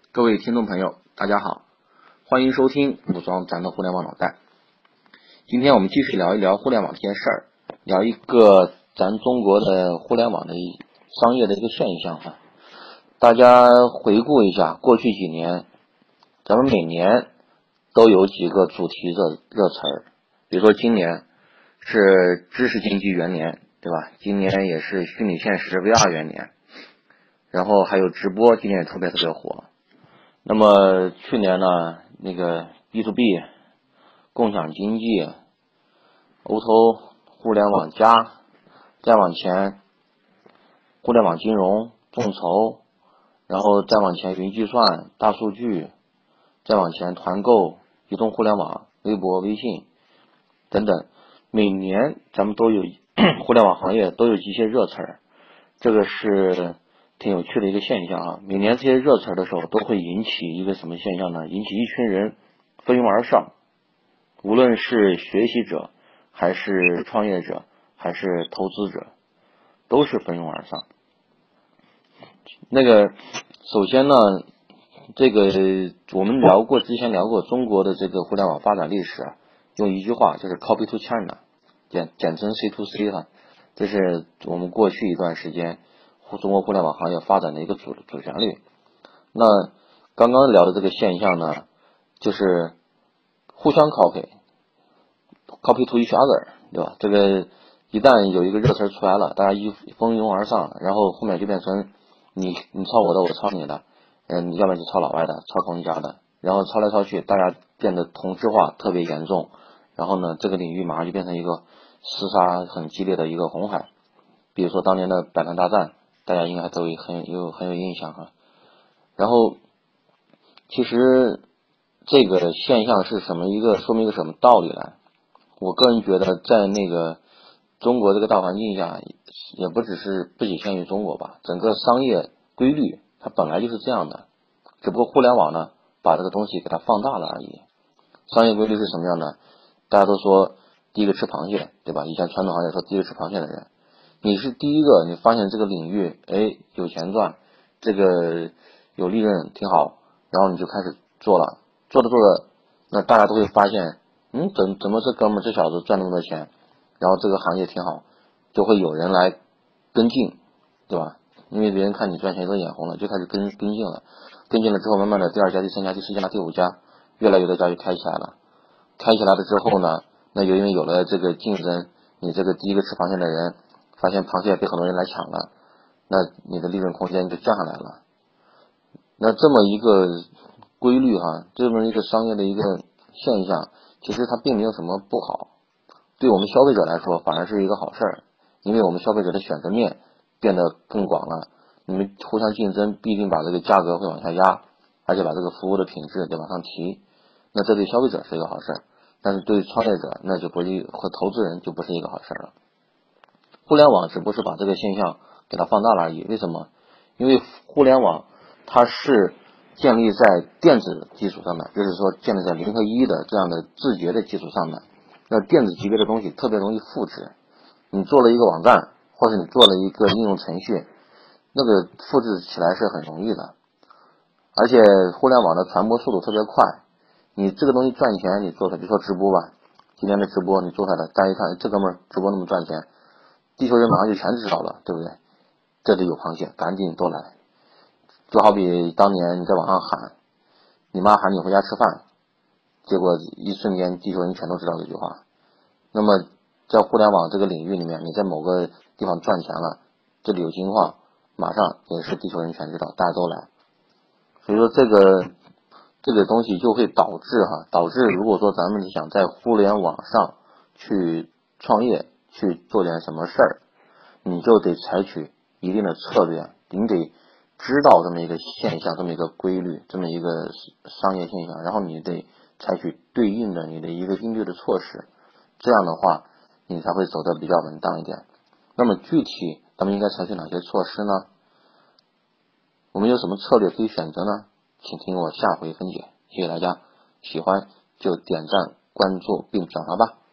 各位听众朋友，大家好，欢迎收听武装咱的互联网脑袋。今天我们继续聊一聊互联网这件事儿，聊一个咱中国的互联网的商业的一个现象啊。大家回顾一下过去几年，咱们每年都有几个主题热词儿，比如说今年是知识经济元年，对吧？今年也是虚拟现实 VR 元年，然后还有直播，今年也特别火。那么去年呢，那个 B2B 共享经济、O2O 互联网加，再往前互联网金融、众筹，然后再往前云计算、大数据，再往前团购、移动互联网、微博、微信等等，每年咱们都有互联网行业都有一些热词儿，这个是挺有趣的一个现象啊。每年这些热词的时候都会引起一个什么现象呢？引起一群人蜂拥而上，无论是学习者还是创业者还是投资者，都是蜂拥而上。那个首先呢，这个我们之前聊过中国的这个互联网发展历史啊，用一句话就是 copy to China， 简称 C2C 哈，这是我们过去一段时间中国互联网行业发展的一个主旋律。那刚刚聊的这个现象呢，就是互相 copy to each other， 对吧？这个一旦有一个热词出来了，大家蜂拥而上，然后后面就变成你抄我的，我抄你的，要不然就抄老外的，抄同一家的，然后抄来抄去，大家变得同质化特别严重，然后呢，这个领域马上就变成一个厮杀很激烈的一个红海。比如说当年的百团大战，大家应该都很有印象哈。然后其实这个现象是说明一个什么道理呢？我个人觉得在那个中国这个大环境下，也不仅限于中国吧，整个商业规律它本来就是这样的，只不过互联网呢把这个东西给它放大了而已。商业规律是什么样的？大家都说第一个吃螃蟹，对吧？以前传统行业说第一个吃螃蟹的人，你是第一个，你发现这个领域有钱赚，这个有利润挺好，然后你就开始做了，做着那大家都会发现怎么这哥们这小子赚那么多钱，然后这个行业挺好，就会有人来跟进，对吧？因为别人看你赚钱都眼红了，就开始跟进了，跟进了之后，慢慢的第二家、第三家、第四家、第五家，越来越多家就开起来了。开起来了之后呢，那因为有了这个竞争，你这个第一个吃螃蟹的人发现螃蟹被很多人来抢了，那你的利润空间就降下来了。那这么一个规律哈，这么一个商业的一个现象，其实它并没有什么不好，对我们消费者来说反而是一个好事儿，因为我们消费者的选择面变得更广了，你们互相竞争必定把这个价格会往下压，而且把这个服务的品质得往上提，那这对消费者是一个好事儿，但是对创业者那就不是和投资人就不是一个好事儿了。互联网只不过是把这个现象给它放大了而已。为什么？因为互联网它是建立在电子基础上的，就是说建立在零和一的这样的字节的基础上的。那电子级别的东西特别容易复制，你做了一个网站，或者你做了一个应用程序，那个复制起来是很容易的，而且互联网的传播速度特别快。你这个东西赚钱，你做它，比如说直播吧，今天的直播你做它的，大家一看这哥们儿直播那么赚钱，地球人马上就全知道了，对不对？这里有螃蟹，赶紧都来。就好比当年你在网上喊，你妈喊你回家吃饭，结果一瞬间地球人全都知道这句话。那么在互联网这个领域里面，你在某个地方赚钱了，这里有金矿，马上也是地球人全知道，大家都来。所以说这个东西就会导致如果说咱们想在互联网上去创业，去做点什么事儿，你就得采取一定的策略，你得知道这么一个现象，这么一个规律，这么一个商业现象，然后你得采取对应的你的一个应对的措施，这样的话你才会走得比较稳当一点。那么具体咱们应该采取哪些措施呢？我们有什么策略可以选择呢？请听我下回分解。谢谢大家，喜欢就点赞、关注并转发吧。